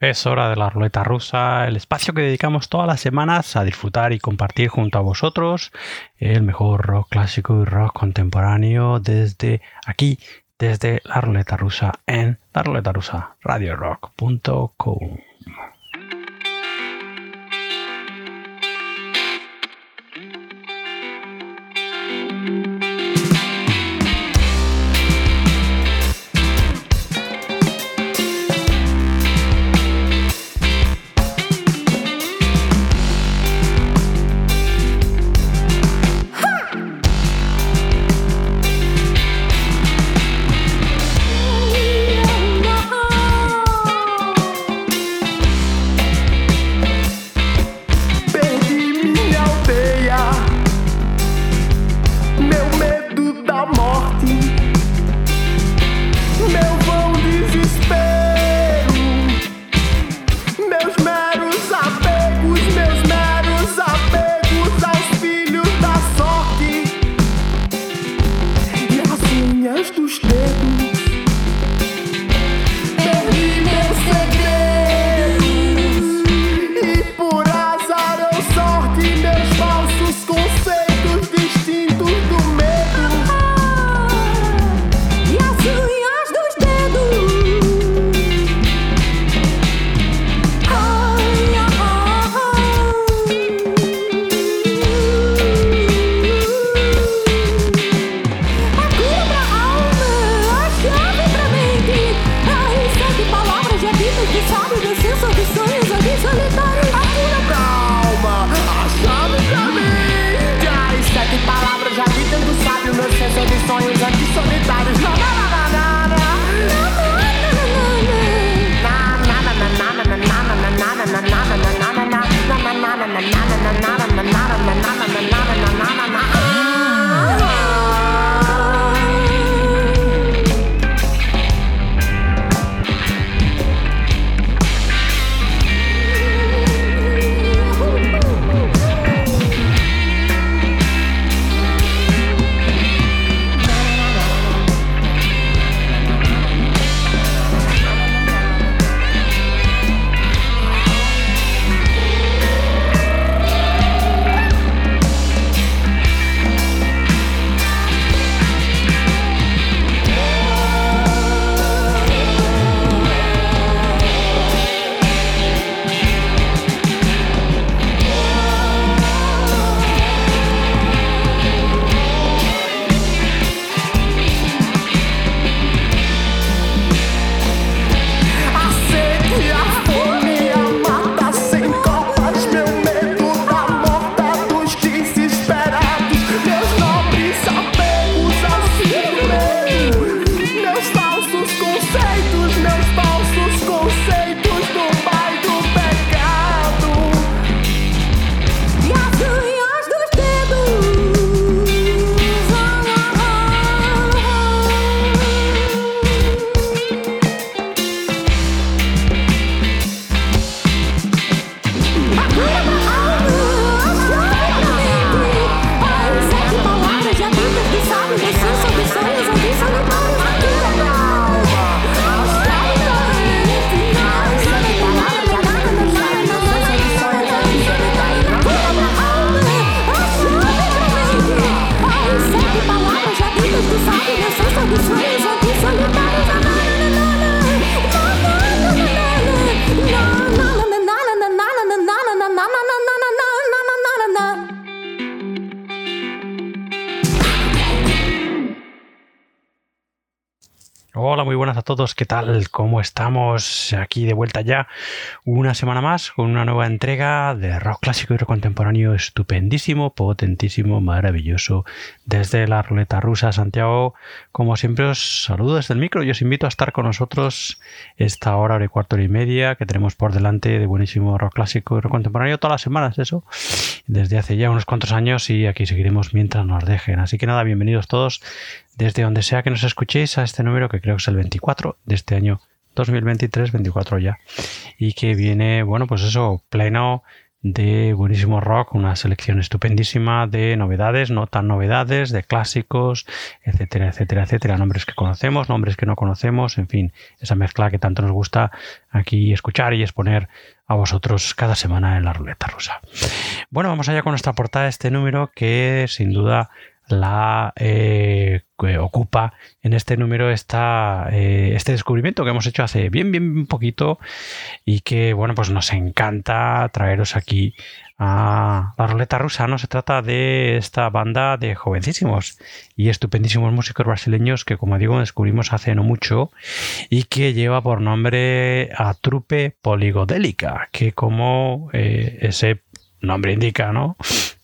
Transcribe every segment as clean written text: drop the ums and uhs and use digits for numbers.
Es hora de la ruleta rusa, el espacio que dedicamos todas las semanas a disfrutar y compartir junto a vosotros el mejor rock clásico y rock contemporáneo desde aquí, desde la ruleta rusa en la ruleta rusa radiorock.com. Hola, muy buenas a todos, ¿qué tal? ¿Cómo estamos? Aquí de vuelta ya una semana más con una nueva entrega de rock clásico y rock contemporáneo estupendísimo, potentísimo, maravilloso desde la ruleta rusa. Santiago, como siempre, os saludo desde el micro y os invito a estar con nosotros esta hora y cuarto, hora y media que tenemos por delante de buenísimo rock clásico y rock contemporáneo todas las semanas, eso, desde hace ya unos cuantos años, y aquí seguiremos mientras nos dejen. Así que nada, bienvenidos todos desde donde sea que nos escuchéis a este número que creo que es el 24 de este año 2023, 24 ya, y que viene, bueno, pues eso, pleno de buenísimo rock, una selección estupendísima de novedades, no tan novedades, de clásicos, etcétera, etcétera, etcétera, nombres que conocemos, nombres que no conocemos, en fin, esa mezcla que tanto nos gusta aquí escuchar y exponer a vosotros cada semana en la ruleta rusa. Bueno, vamos allá con nuestra portada de este número, que sin duda la ocupa en este número este descubrimiento que hemos hecho hace bien poquito y que, bueno, pues nos encanta traeros aquí a la ruleta rusa, ¿no? Se trata de esta banda de jovencísimos y estupendísimos músicos brasileños que, como digo, descubrimos hace no mucho y que lleva por nombre A Trupe Poligodélica, que como ese nombre indica, ¿no?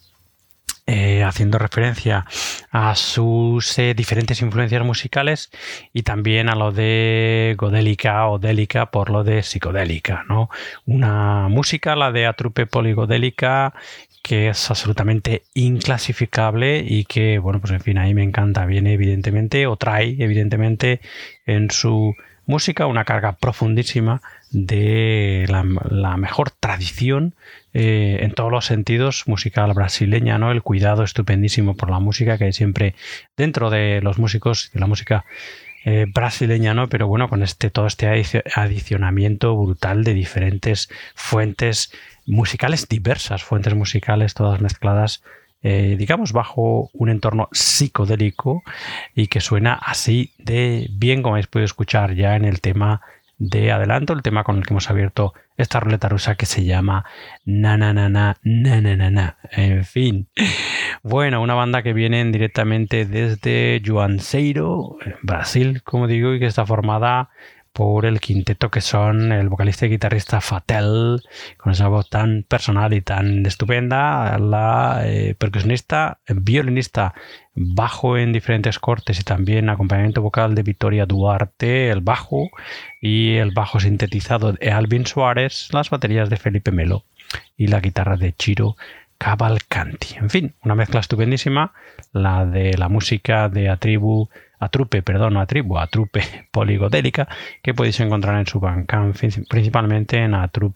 Haciendo referencia a sus diferentes influencias musicales y también a lo de godélica o délica por lo de psicodélica, ¿no? Una música, la de A Trupe Poligodélica, que es absolutamente inclasificable y que, bueno, pues en fin, a mí me encanta. Viene evidentemente, o trae evidentemente en su música una carga profundísima de la mejor tradición en todos los sentidos musical brasileña, ¿no? El cuidado estupendísimo por la música que hay siempre dentro de los músicos de la música brasileña, ¿no? Pero bueno, con todo este adicionamiento brutal de diferentes fuentes musicales, diversas fuentes musicales, todas mezcladas, digamos, bajo un entorno psicodélico y que suena así de bien, como habéis podido escuchar ya en el tema de adelanto, el tema con el que hemos abierto esta ruleta rusa, que se llama Na Na Na Na Na Na Na Na. En fin, bueno, una banda que viene directamente desde Juazeiro, Brasil, como digo, y que está formada por el quinteto que son el vocalista y guitarrista Fatel, con esa voz tan personal y tan estupenda, la percusionista, violinista, bajo en diferentes cortes y también acompañamiento vocal de Victoria Duarte, el bajo y el bajo sintetizado de Alvin Suárez, las baterías de Felipe Melo y la guitarra de Ciro Cavalcanti. En fin, una mezcla estupendísima, la de la música de A Trupe Poligodélica, que podéis encontrar en su Bandcamp, principalmente en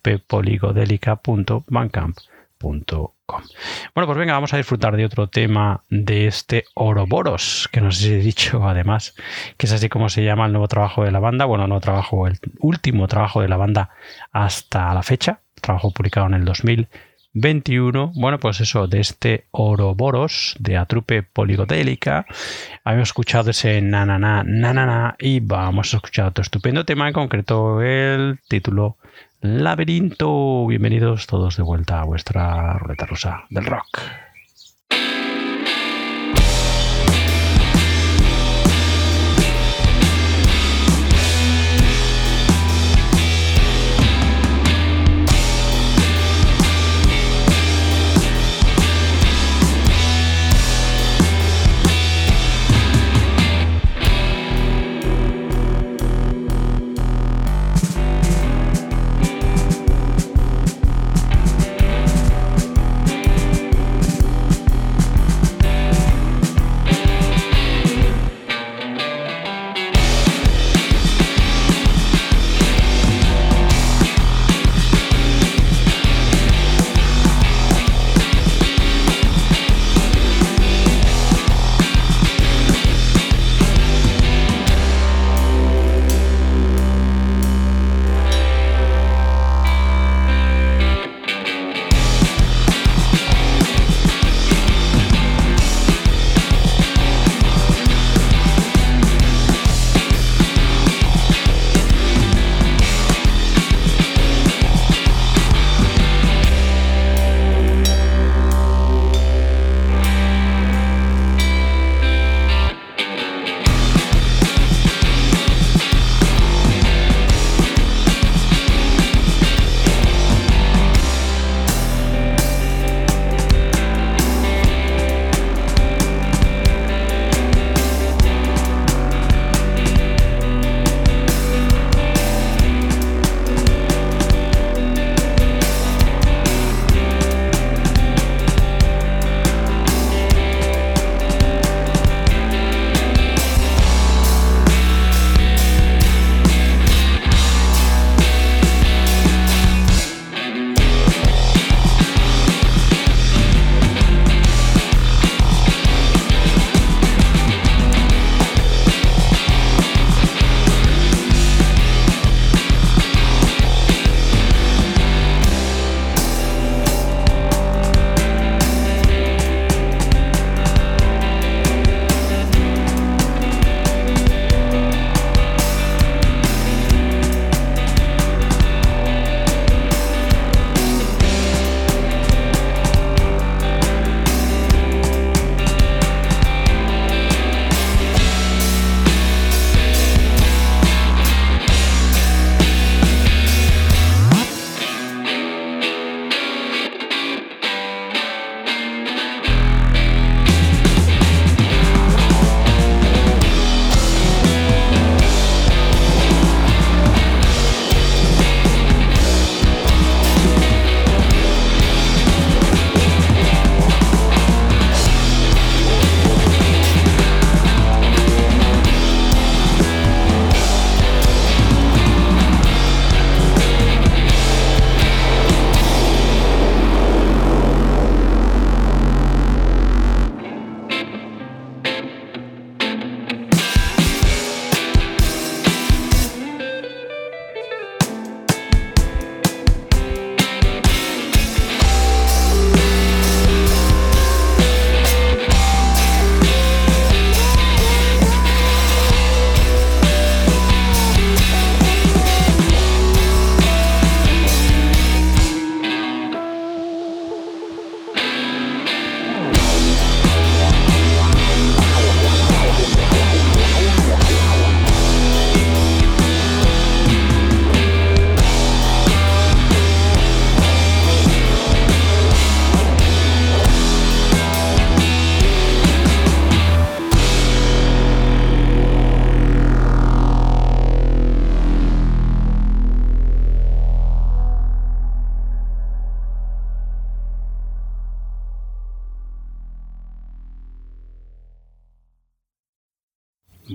atrupepoligodélica.bandcamp.com. Bueno, pues venga, vamos a disfrutar de otro tema de este Ouroboros, que no sé si he dicho además, que es así como se llama el nuevo trabajo de la banda. Bueno, el último trabajo de la banda hasta la fecha, trabajo publicado en el 2021. Bueno, pues eso, de este Ouroboros de A Trupe Poligodélica habíamos escuchado ese na na na na na na y vamos a escuchar otro estupendo tema, en concreto el título Laberinto. Bienvenidos todos de vuelta a vuestra ruleta rusa del rock.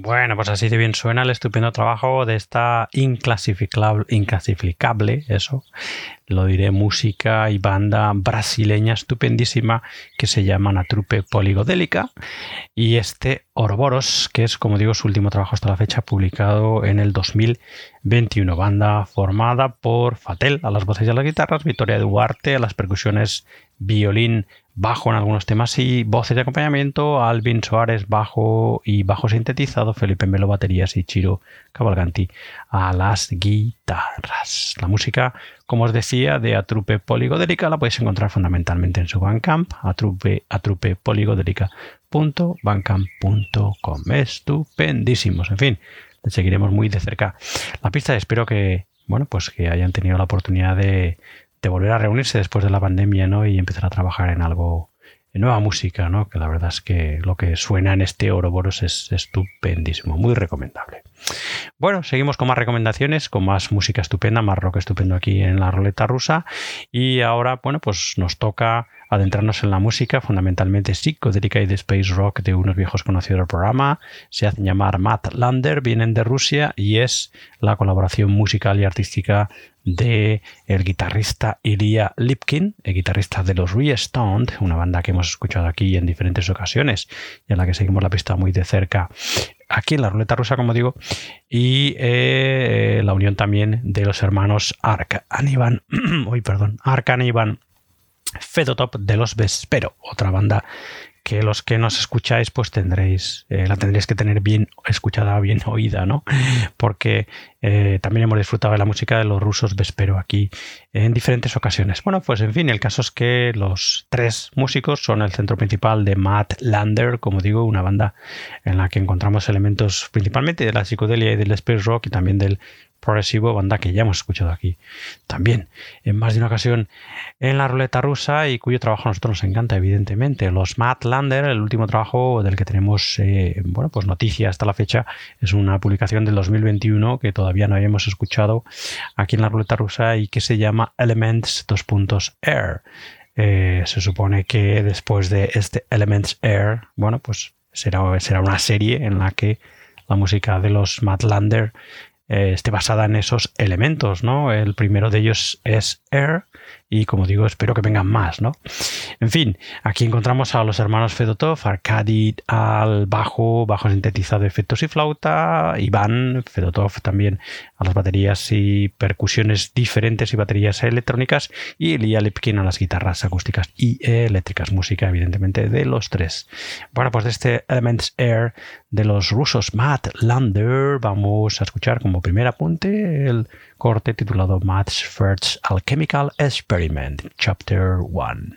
Bueno, pues así de bien suena el estupendo trabajo de esta inclasificable, eso, lo diré, música y banda brasileña estupendísima que se llama La Trupe Poligodélica, y este Ouroboros, que es, como digo, su último trabajo hasta la fecha, publicado en el 2021. Banda formada por Fattel a las voces y a las guitarras, Victoria Duarte a las percusiones, violín, bajo en algunos temas y voces de acompañamiento, Alvin Soares bajo y bajo sintetizado, Felipe Melo baterías y Chiro Cavalcanti a las guitarras. La música, como os decía, de A Trupe Poligodélica la podéis encontrar fundamentalmente en su Bandcamp, atrupepoligodélica.bandcamp.com. Estupendísimos, en fin, le seguiremos muy de cerca la pista. Espero que, bueno, pues que hayan tenido la oportunidad de volver a reunirse después de la pandemia, ¿no? Y empezar a trabajar en algo, en nueva música, ¿no? Que la verdad es que lo que suena en este Ouroboros es estupendísimo, muy recomendable. Bueno, seguimos con más recomendaciones, con más música estupenda, más rock estupendo aquí en la Ruleta Rusa. Y ahora, bueno, pues nos toca adentrarnos en la música fundamentalmente psicodélica y de space rock de unos viejos conocidos del programa. Se hacen llamar Matt Lander, vienen de Rusia y es la colaboración musical y artística de el guitarrista Ilya Lipkin, el guitarrista de los Re-Stoned, una banda que hemos escuchado aquí en diferentes ocasiones y en la que seguimos la pista muy de cerca aquí en la Ruleta Rusa, como digo, y la unión también de los hermanos Arkan Ivan Fedotov de los Vespero, otra banda que los que nos escucháis pues la tendréis que tener bien escuchada, bien oída, ¿no? Porque también hemos disfrutado de la música de los rusos Vespero aquí en diferentes ocasiones. Bueno, pues en fin, el caso es que los tres músicos son el centro principal de Matt Lander, como digo, una banda en la que encontramos elementos principalmente de la psicodelia y del space rock y también del progresivo, banda que ya hemos escuchado aquí también en más de una ocasión en la Ruleta Rusa y cuyo trabajo a nosotros nos encanta, evidentemente. Los Matt Lander, el último trabajo del que tenemos bueno, pues noticia hasta la fecha, es una publicación del 2021 que todavía no habíamos escuchado aquí en la Ruleta Rusa y que se llama Elements Air. Se supone que después de este Elements Air, bueno, pues será una serie en la que la música de los Matt Lander esté basada en esos elementos, ¿no? El primero de ellos es Air y, como digo, espero que vengan más, ¿no? En fin, aquí encontramos a los hermanos Fedotov, Arkady al bajo sintetizado, efectos y flauta, Iván Fedotov también a las baterías y percusiones diferentes y baterías electrónicas y Ilya Lipkin a las guitarras acústicas y eléctricas. Música, evidentemente, de los tres. Bueno, pues de este Elements Air de los rusos Matt Lander vamos a escuchar como primer apunte el corte titulado Matt's First Alchemical Experiment, Chapter 1.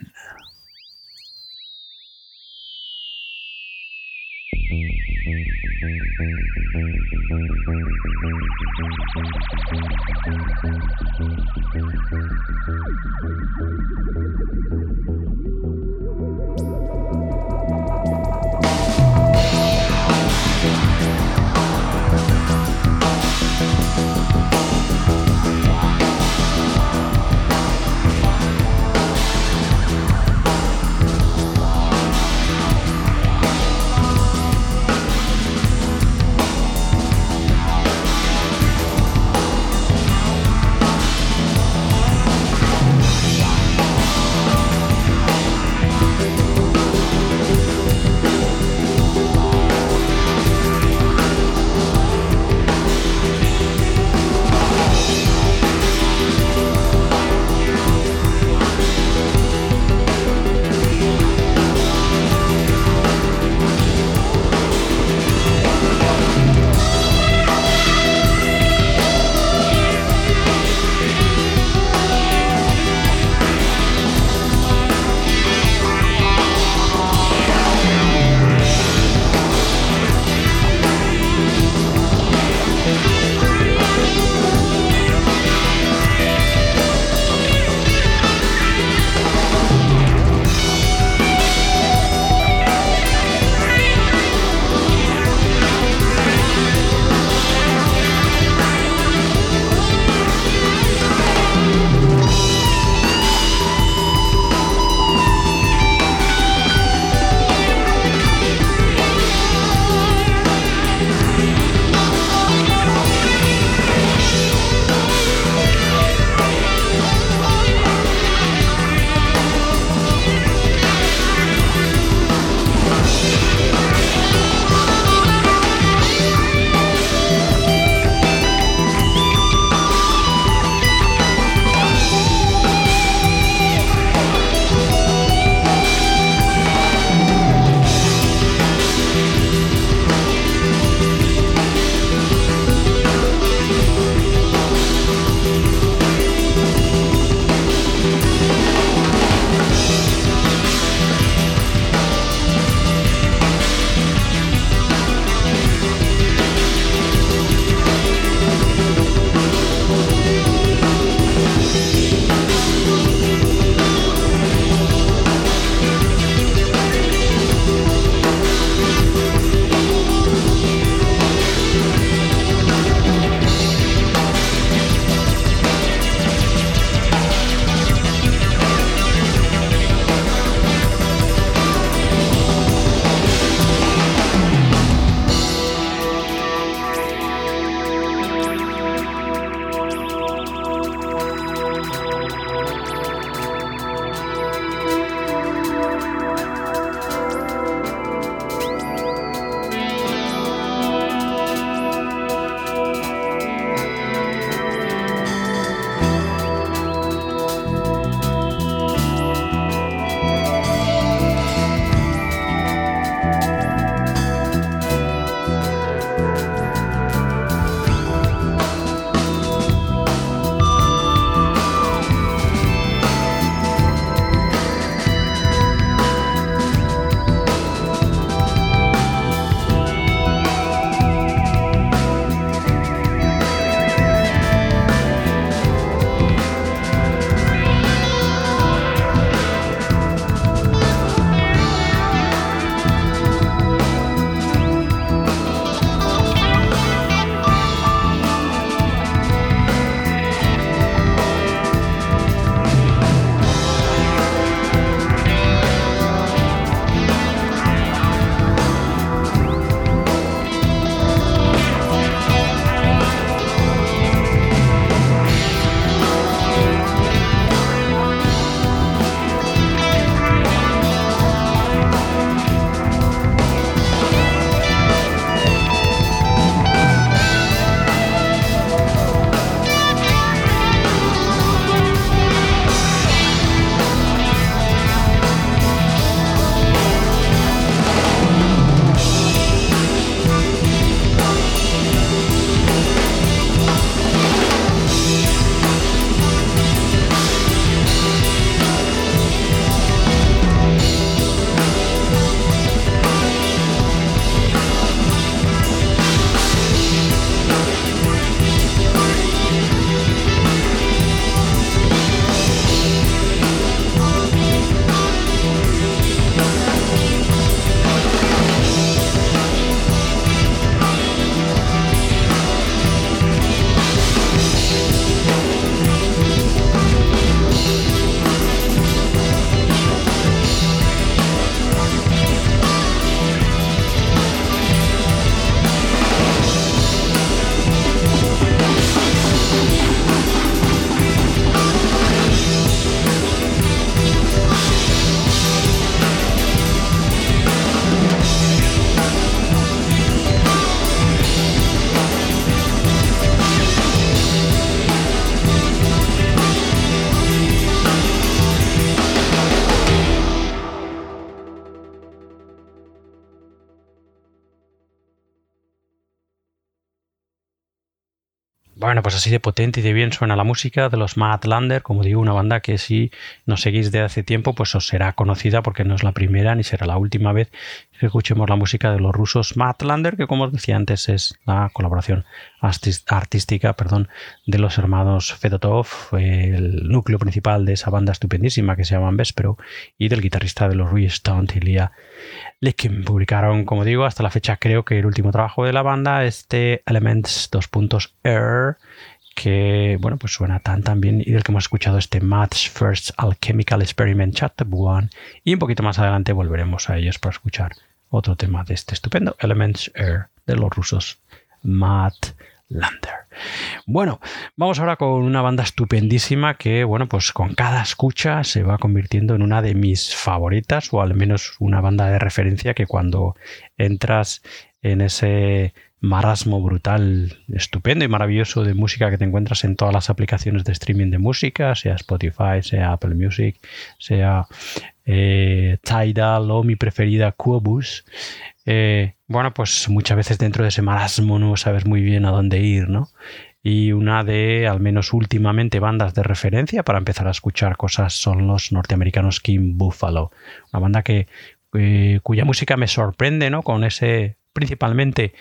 Bueno, pues así de potente y de bien suena la música de los Madlander, como digo, una banda que si nos seguís de hace tiempo, pues os será conocida porque no es la primera ni será la última vez que escuchemos la música de los rusos Madlander, que como os decía antes es la colaboración artística de los hermanos Fedotov, el núcleo principal de esa banda estupendísima que se llama Vespero, y del guitarrista de los Rolling Stones, Ilya Lekin. Publicaron, como digo, hasta la fecha creo que el último trabajo de la banda, Elements 2.R, que bueno, pues suena tan bien, y del que hemos escuchado Math's First Alchemical Experiment Chapter 1, y un poquito más adelante volveremos a ellos para escuchar otro tema de este estupendo Elements Air de los rusos Madlander. Bueno, vamos ahora con una banda estupendísima que, bueno, pues con cada escucha se va convirtiendo en una de mis favoritas, o al menos una banda de referencia que cuando entras en ese marasmo brutal, estupendo y maravilloso de música que te encuentras en todas las aplicaciones de streaming de música, sea Spotify, sea Apple Music, sea Tidal o mi preferida Qobuz, bueno, pues muchas veces dentro de ese marasmo no sabes muy bien a dónde ir, ¿no? Y una de, al menos últimamente, bandas de referencia para empezar a escuchar cosas son los norteamericanos King Buffalo, una banda cuya música me sorprende, ¿no? Con esa principalmente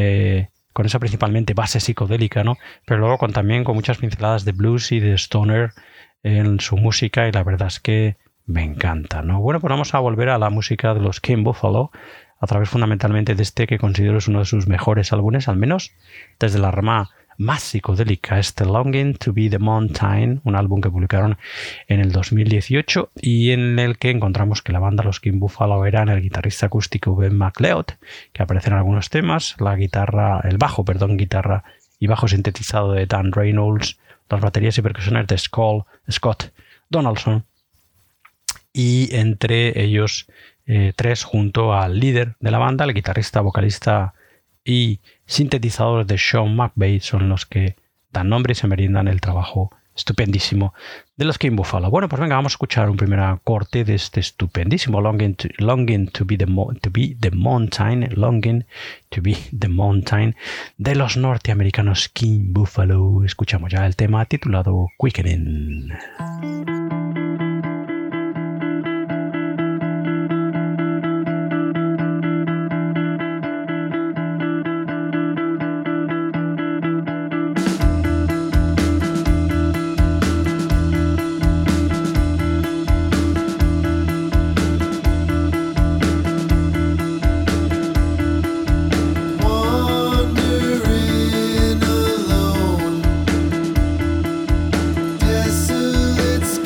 base psicodélica, ¿no? Pero luego también con muchas pinceladas de blues y de stoner en su música, y la verdad es que me encanta, ¿no? Bueno, pues vamos a volver a la música de los King Buffalo a través fundamentalmente de que considero es uno de sus mejores álbumes, al menos desde la rama más psicodélica, Longing to be the Mountain, un álbum que publicaron en el 2018 y en el que encontramos que la banda Los King Buffalo eran el guitarrista acústico Ben McLeod, que aparece en algunos temas, el bajo y bajo sintetizado de Dan Reynolds, las baterías y percusiones de Scott Donaldson, y entre ellos tres junto al líder de la banda, el guitarrista, vocalista y sintetizadores de Sean McVeigh, son los que dan nombre y se meriendan el trabajo estupendísimo de los King Buffalo. Bueno, pues venga, vamos a escuchar un primer corte de este estupendísimo Longing to be the Mountain, Longing to be the Mountain de los norteamericanos King Buffalo. Escuchamos ya el tema titulado Quickening. It's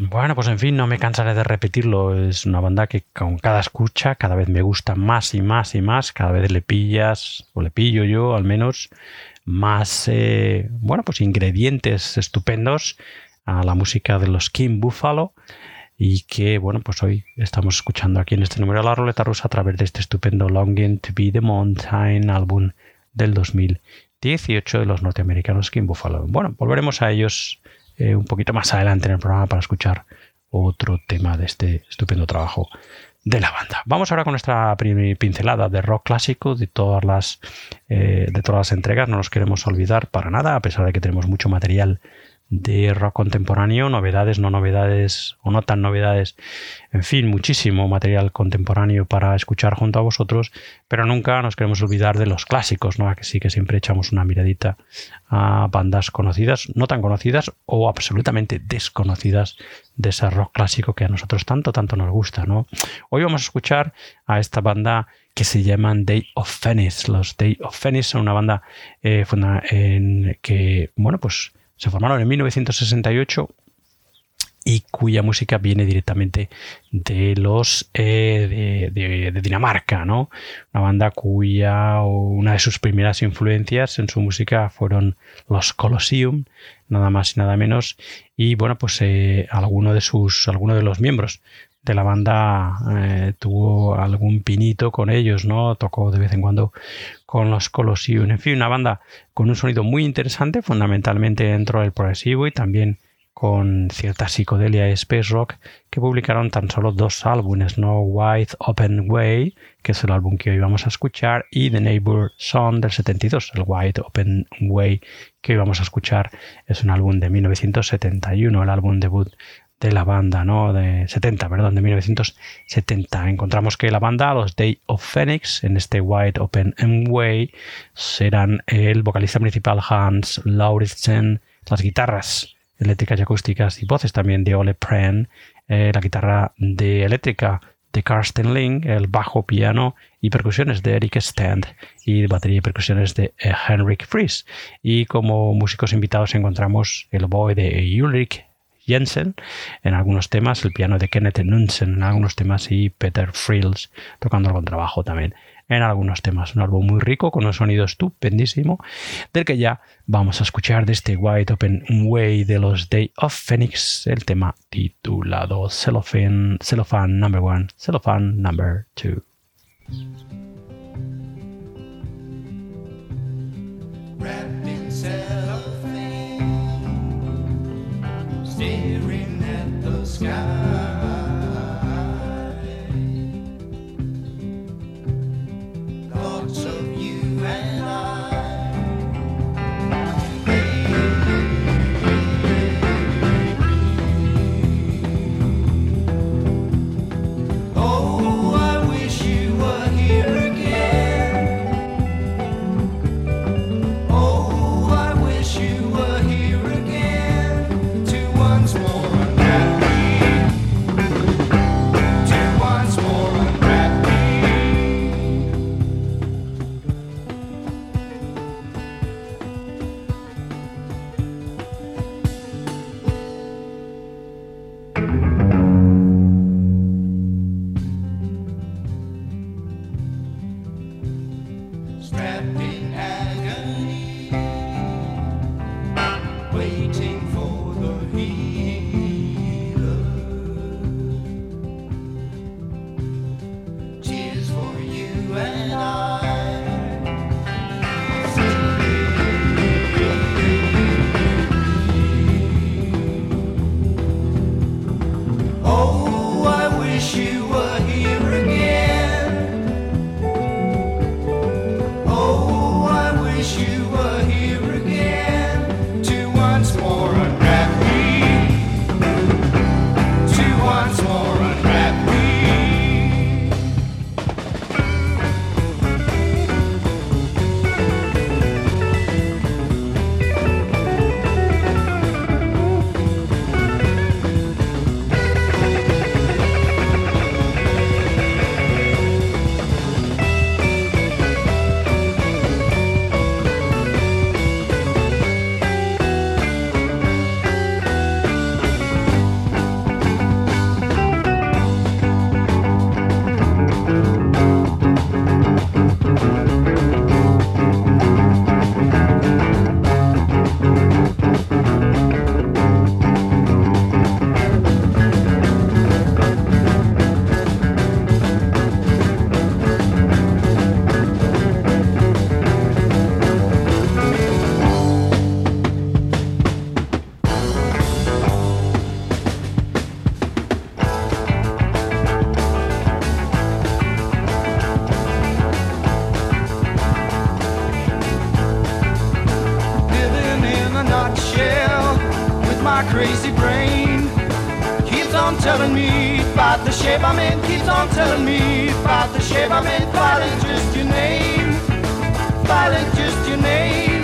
Bueno, pues en fin, no me cansaré de repetirlo. Es una banda que con cada escucha cada vez me gusta más y más y más. Cada vez le pillas, o le pillo yo al menos, más pues ingredientes estupendos a la música de los King Buffalo. Y que, bueno, pues hoy estamos escuchando aquí en este número de la Ruleta Rusa a través de este estupendo Longing to Be the Mountain, álbum del 2018 de los norteamericanos King Buffalo. Bueno, volveremos a ellos un poquito más adelante en el programa para escuchar otro tema de este estupendo trabajo de la banda. Vamos ahora con nuestra pincelada de rock clásico de todas las entregas. No nos queremos olvidar para nada, a pesar de que tenemos mucho material de rock contemporáneo, novedades, no novedades o no tan novedades, en fin, muchísimo material contemporáneo para escuchar junto a vosotros, pero nunca nos queremos olvidar de los clásicos, ¿no? Que sí que siempre echamos una miradita a bandas conocidas, no tan conocidas o absolutamente desconocidas de ese rock clásico que a nosotros tanto nos gusta, ¿no? Hoy vamos a escuchar a esta banda que se llaman Day of Phoenix. Los Day of Phoenix son una banda que, bueno, pues se formaron en 1968 y cuya música viene directamente de los de Dinamarca, ¿no? Una banda una de sus primeras influencias en su música fueron los Colosseum, nada más y nada menos. Y bueno, pues alguno de los miembros de la banda tuvo algún pinito con ellos, ¿no? Tocó de vez en cuando con los Colosseum. En fin, una banda con un sonido muy interesante, fundamentalmente dentro del progresivo y también con cierta psicodelia y space rock, que publicaron tan solo 2 álbumes, ¿no? Wide Open Way, que es el álbum que hoy vamos a escuchar, y The Neighbor Son del 72. El Wide Open Way que hoy vamos a escuchar es un álbum de 1971, el álbum debut de la banda, ¿no? De 1970. Encontramos que la banda, los Day of Phoenix, en este Wide Open Way, serán el vocalista principal Hans Lauritsen, las guitarras eléctricas y acústicas y voces también de Ole Pren, la guitarra eléctrica de Karsten Ling, el bajo, piano y percusiones de Eric Stand y batería y percusiones de Henrik Fries. Y como músicos invitados encontramos el oboe de Ulrich Jensen en algunos temas, el piano de Kenneth Knudsen en algunos temas y Peter Frills tocando el contrabajo también en algunos temas. Un álbum muy rico con un sonido estupendísimo del que ya vamos a escuchar de este Wide Open Way de los Day of Phoenix el tema titulado Cellophane Number 1, Cellophane Number 2. Staring at the sky, thoughts of you and I. Oh, I wish you were here. my crazy brain keeps on telling me about the shape I'm in, keeps on telling me about the shape I'm in. Violet, just your name, Violet, just your name.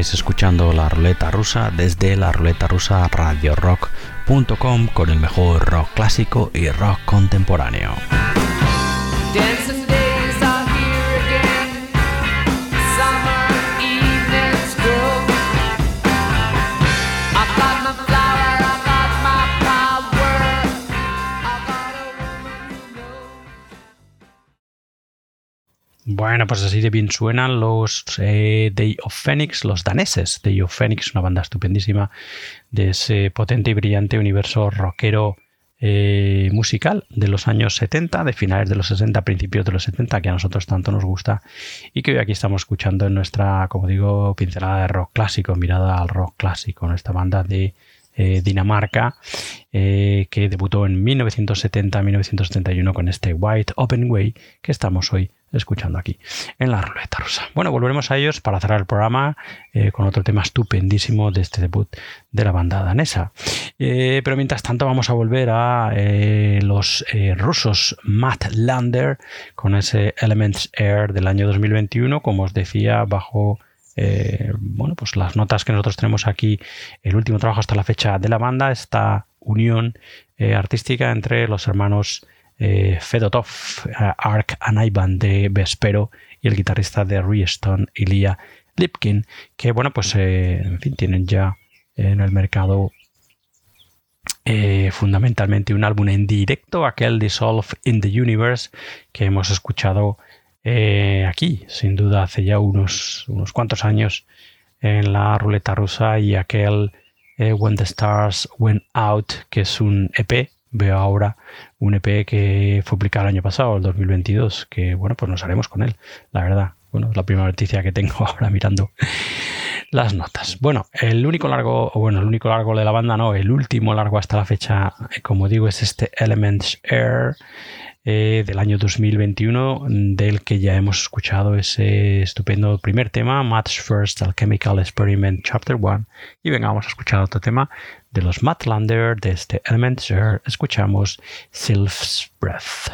Estáis escuchando La Ruleta Rusa desde la Ruleta Rusa radiorock.com con el mejor rock clásico y rock contemporáneo. Bueno, pues así de bien suenan los Day of Phoenix, los daneses. Day of Phoenix, una banda estupendísima de ese potente y brillante universo rockero musical de los años 70, de finales de los 60, principios de los 70, que a nosotros tanto nos gusta y que hoy aquí estamos escuchando en nuestra, como digo, pincelada de rock clásico, mirada al rock clásico, nuestra banda de Dinamarca, que debutó en 1970-1971 con este Wide Open Way que estamos hoy escuchando aquí en La Ruleta Rusa. Bueno, volveremos a ellos para cerrar el programa con otro tema estupendísimo de este debut de la banda danesa. Pero mientras tanto vamos a volver a los rusos Matt Lander con ese Elements Air del año 2021, como os decía, bajo bueno, pues las notas que nosotros tenemos aquí, el último trabajo hasta la fecha de la banda, esta unión artística entre los hermanos Fedotov, Ark and Ivan de Vespero y el guitarrista de Restone, Ilya Lipkin, que bueno, pues en fin, tienen ya en el mercado fundamentalmente un álbum en directo, aquel Dissolve in the Universe que hemos escuchado aquí, sin duda hace ya unos cuantos años en La Ruleta Rusa, y aquel When the Stars Went Out, que es un EP. Veo ahora un EP que fue publicado el año pasado, el 2022, que bueno, pues nos haremos con él, la verdad. Bueno, es la primera noticia que tengo ahora mirando las notas. Bueno, el único largo de la banda, no, el último largo hasta la fecha, como digo, es este Elements Air del año 2021, del que ya hemos escuchado ese estupendo primer tema, Matt's First Alchemical Experiment Chapter 1, y venga, vamos a escuchar otro tema de los Matt Lander de este Elements Air. Escuchamos Sylph's Breath.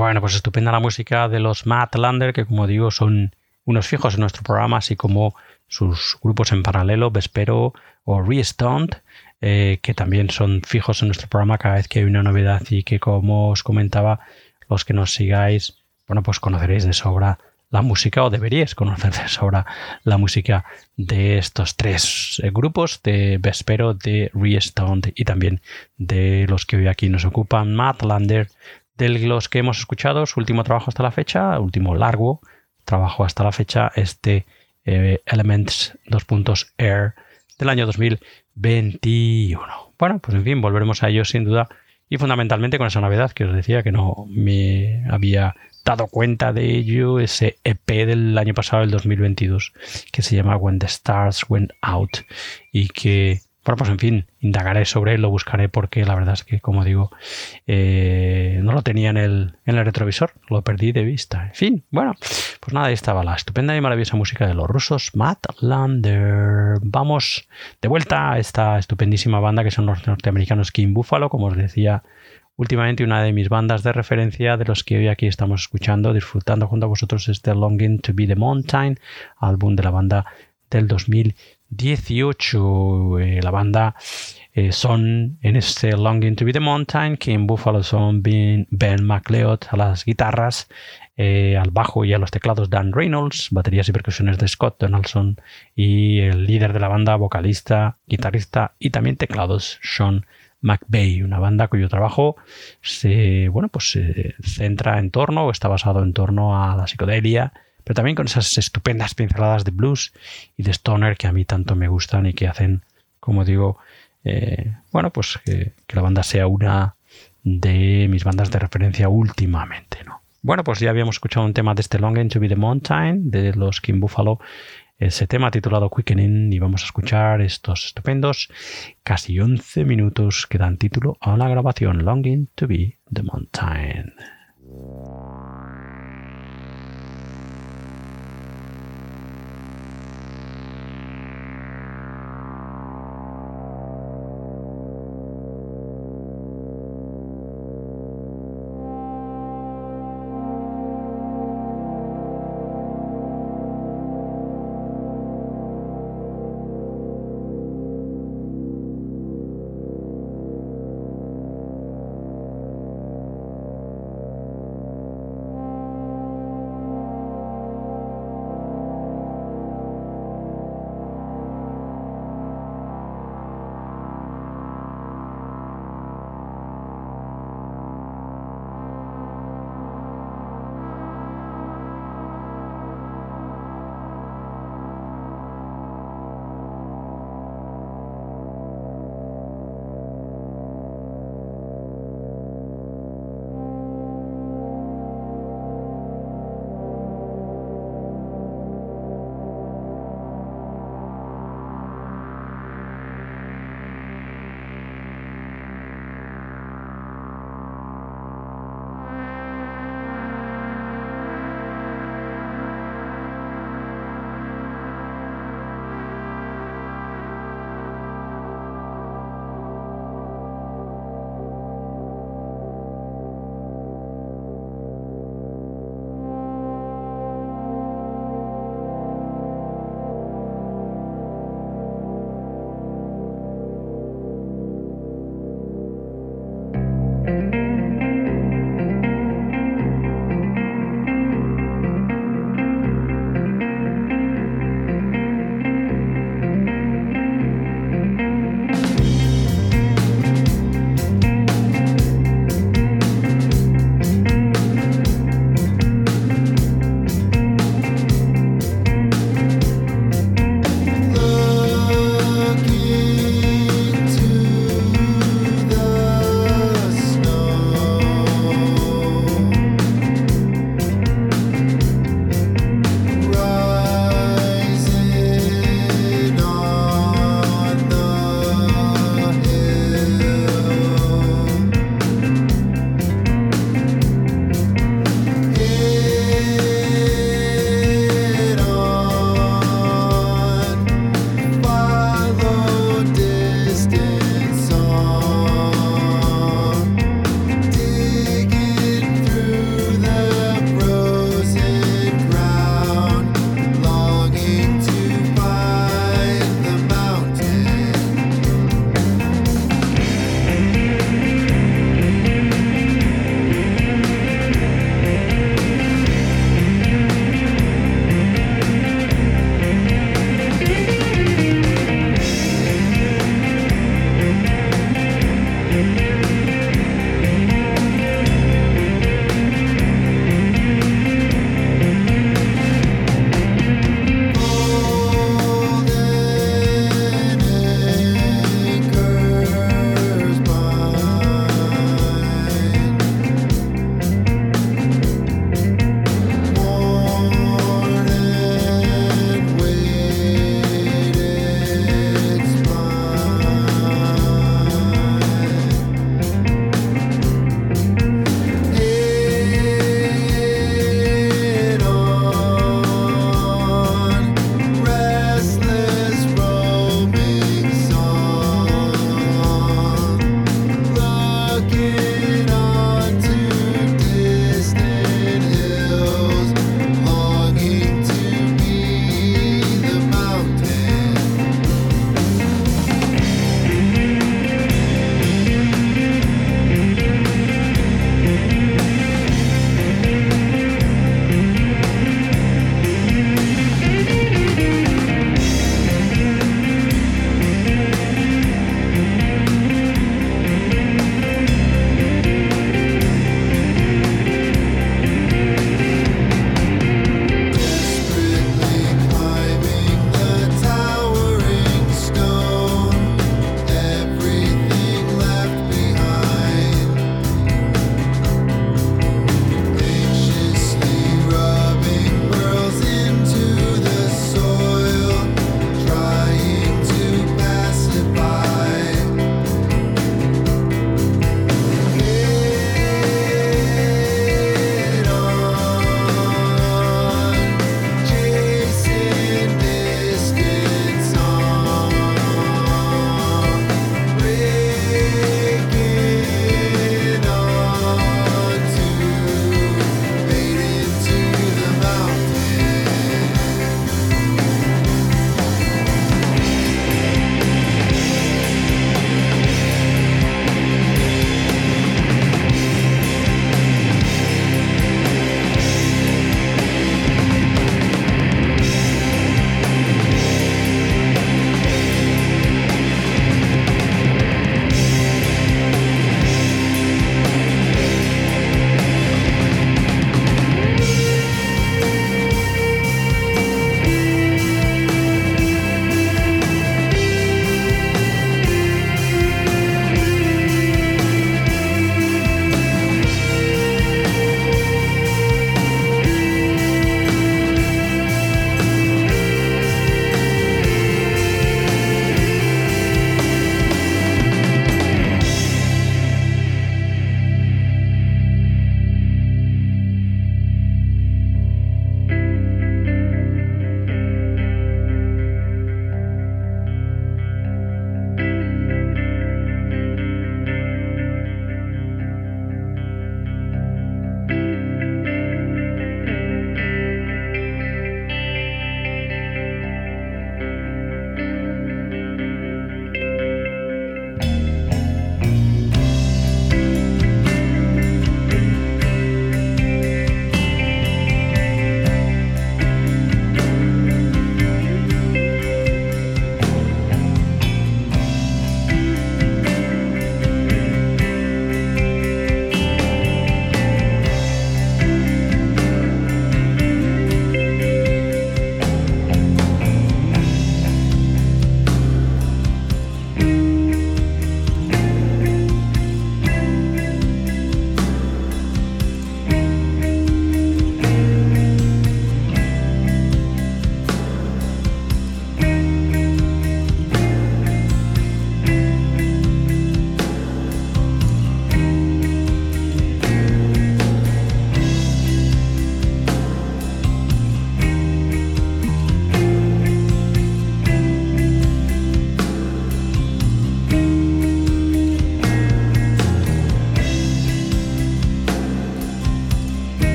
Bueno, pues estupenda la música de los Matlander, que como digo son unos fijos en nuestro programa, así como sus grupos en paralelo, Vespero o Restoned, que también son fijos en nuestro programa cada vez que hay una novedad y que, como os comentaba, los que nos sigáis, bueno, pues conoceréis de sobra la música, o deberíais conocer de sobra la música de estos tres grupos, de Vespero, de Restoned y también de los que hoy aquí nos ocupan, Matlander, de los que hemos escuchado su último trabajo hasta la fecha, último largo trabajo hasta la fecha, Elements Air del año 2021. Bueno, pues en fin, volveremos a ellos sin duda, y fundamentalmente con esa novedad que os decía que no me había dado cuenta de ello, ese EP del año pasado, el 2022, que se llama When the Stars Went Out, y que, bueno, pues en fin, indagaré sobre él, lo buscaré, porque la verdad es que, como digo, no lo tenía en el retrovisor, lo perdí de vista. En fin, bueno, pues nada, ahí estaba la estupenda y maravillosa música de los rusos Matlander. Vamos de vuelta a esta estupendísima banda que son los norteamericanos King Buffalo, como os decía, últimamente una de mis bandas de referencia, de los que hoy aquí estamos escuchando, disfrutando junto a vosotros, Longing to be the Mountain, álbum de la banda del 2018. La banda son en Longing to be the Mountain, King Buffalo son Ben McLeod a las guitarras, al bajo y a los teclados Dan Reynolds, baterías y percusiones de Scott Donaldson, y el líder de la banda, vocalista, guitarrista y también teclados, Sean McVeigh, una banda cuyo trabajo se centra en torno, o está basado en torno a la psicodelia, pero también con esas estupendas pinceladas de blues y de stoner que a mí tanto me gustan y que hacen, como digo, que la banda sea una de mis bandas de referencia últimamente, ¿no? Bueno, pues ya habíamos escuchado un tema de Longing to be the Mountain de los King Buffalo, ese tema titulado Quickening, y vamos a escuchar estos estupendos casi 11 minutos que dan título a la grabación Longing to be the Mountain.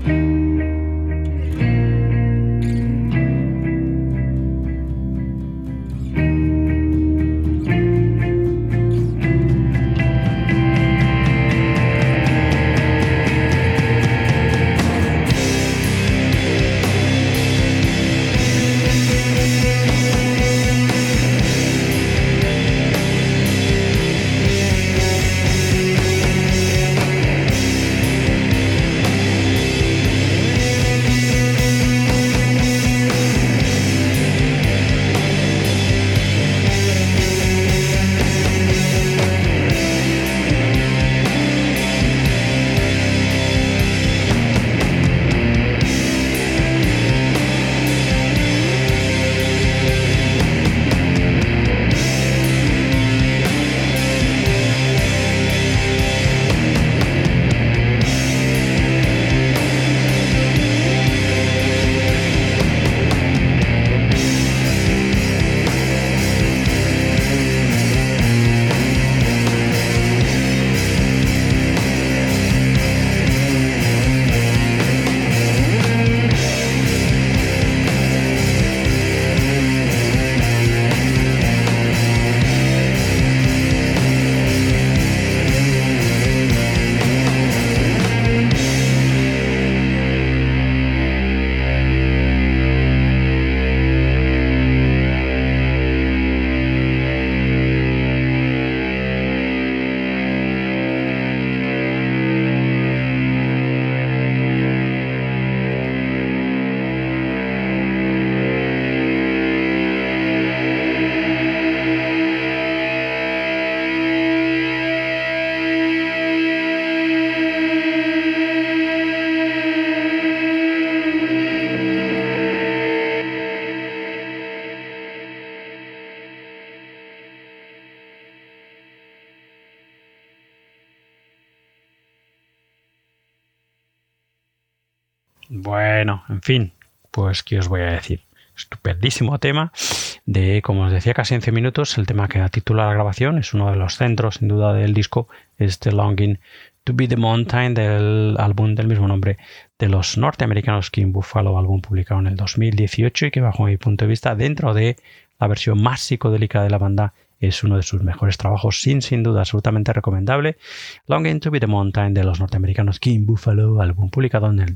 Bueno, en fin, pues ¿qué os voy a decir? Estupendísimo tema de, como os decía, casi 11 minutos. El tema que da título a la grabación es uno de los centros, sin duda, del disco. Es The Longing to Be the Mountain, del álbum del mismo nombre de los norteamericanos King Buffalo, álbum publicado en el 2018 y que, bajo mi punto de vista, dentro de la versión más psicodélica de la banda, es uno de sus mejores trabajos, sin duda, absolutamente recomendable. Longing to Be the Mountain de los norteamericanos King Buffalo, álbum publicado en el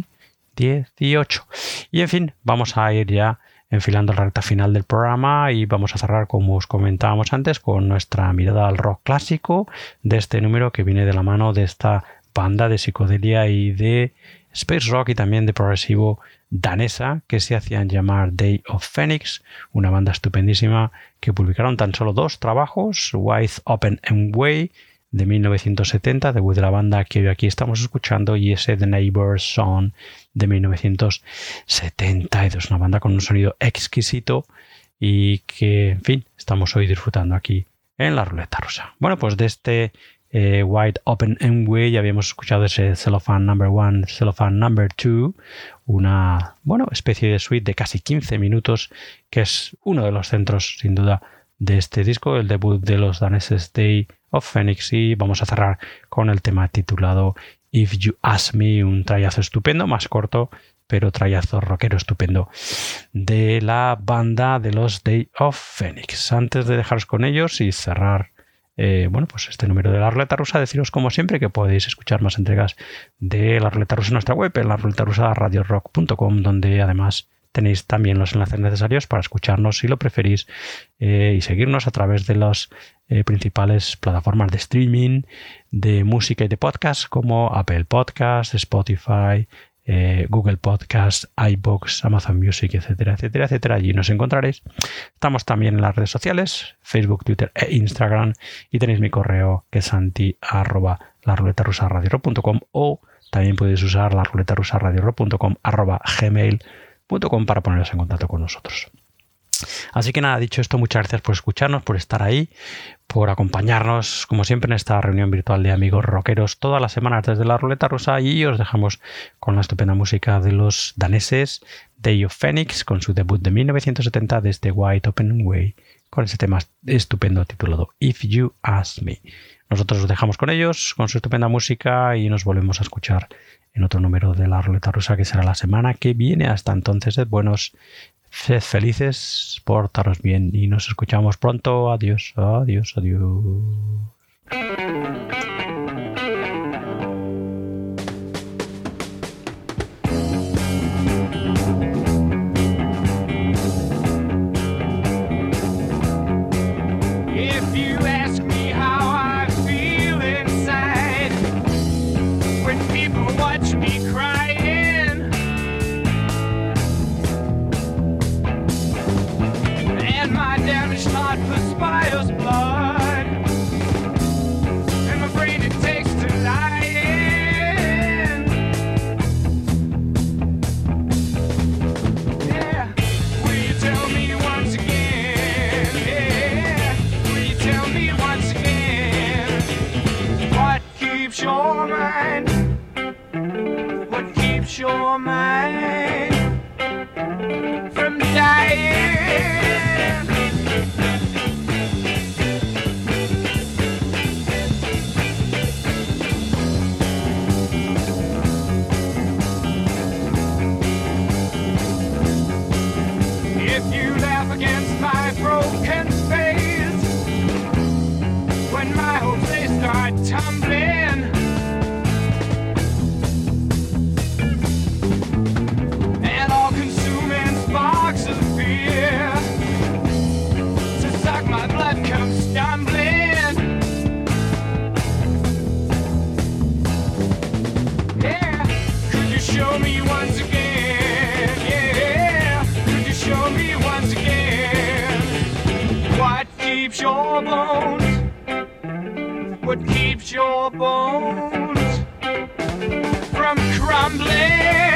2018. Y en fin, vamos a ir ya enfilando la recta final del programa y vamos a cerrar, como os comentábamos antes, con nuestra mirada al rock clásico de este número que viene de la mano de esta banda de psicodelia y de space rock y también de progresivo danesa que se hacían llamar Day of Phoenix, una banda estupendísima que publicaron tan solo 2 trabajos, Wide Open and Way de 1970, debut de la banda que hoy aquí estamos escuchando, y ese The Neighbor's Son de 1972, una banda con un sonido exquisito y que, en fin, estamos hoy disfrutando aquí en la Ruleta Rusa. Bueno, pues de este Wide Open and Way ya habíamos escuchado ese Cellophane Number 1, Cellophane Number 2, una especie de suite de casi 15 minutos que es uno de los centros, sin duda, de este disco, el debut de los daneses Day of Phoenix, y vamos a cerrar con el tema titulado If You Ask Me, un trayazo estupendo, más corto, pero trayazo rockero estupendo de la banda de los Day of Phoenix. Antes de dejaros con ellos y cerrar pues este número de la Ruleta Rusa, deciros como siempre que podéis escuchar más entregas de la Ruleta Rusa en nuestra web, en la ruletarusaradiorock.com, donde además tenéis también los enlaces necesarios para escucharnos si lo preferís y seguirnos a través de las principales plataformas de streaming, de música y de podcast como Apple Podcasts, Spotify, Google Podcasts, iVoox, Amazon Music, etcétera, etcétera, etcétera. Allí nos encontraréis. Estamos también en las redes sociales, Facebook, Twitter e Instagram, y tenéis mi correo que es santi@laruletarusaradiorock.com, o también podéis usar laruletarusaradiorock.com @gmail.com para poneros en contacto con nosotros. Así que nada, dicho esto, muchas gracias por escucharnos, por estar ahí, por acompañarnos, como siempre, en esta reunión virtual de amigos rockeros todas las semanas desde la Ruleta Rusa, y os dejamos con la estupenda música de los daneses Day of Phoenix, con su debut de 1970 desde Wide Open Way, con ese tema estupendo titulado If You Ask Me. Nosotros os dejamos con ellos, con su estupenda música, y nos volvemos a escuchar en otro número de La Ruleta Rusa, que será la semana que viene. Hasta entonces, sed buenos, sed felices, portaros bien y nos escuchamos pronto. Adiós, adiós, adiós. Perspires blood, and my brain it takes to lying. Yeah, will you tell me once again? Yeah, will you tell me once again? What keeps your mind? What keeps your mind from dying? Against my broken face, when my hopes they start tumbling, and all-consuming sparks of fear to suck my blood come stumbling. Yeah, could you show me once again? Yeah, could you show me once again? What keeps your bones? What keeps your bones from crumbling?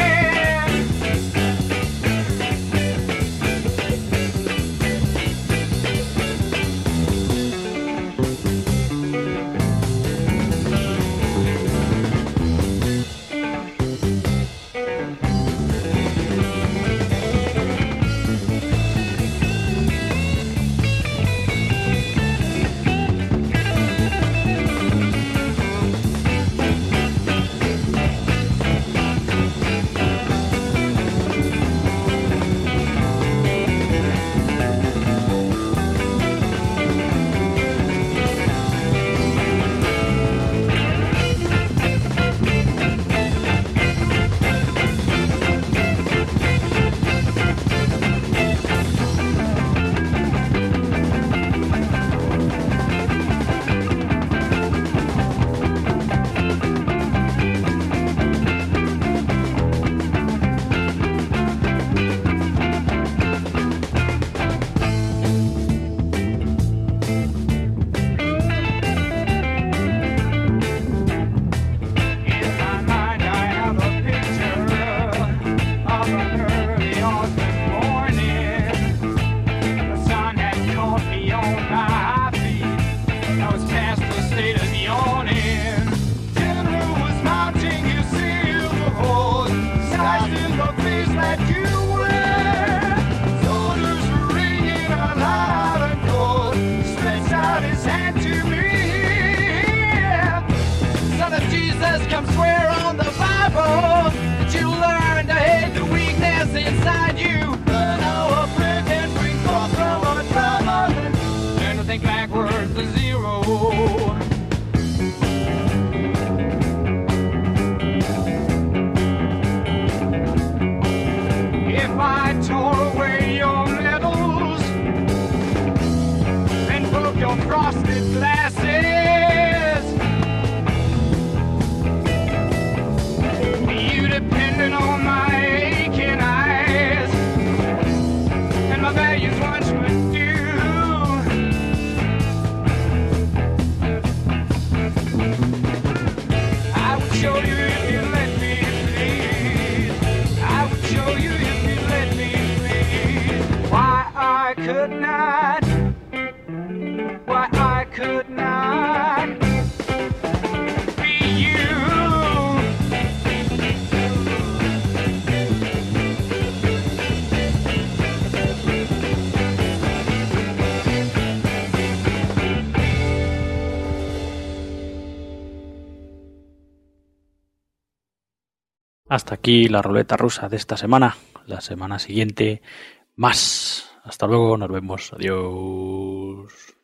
Hasta aquí la ruleta rusa de esta semana. La semana siguiente, más. Hasta luego, nos vemos. Adiós.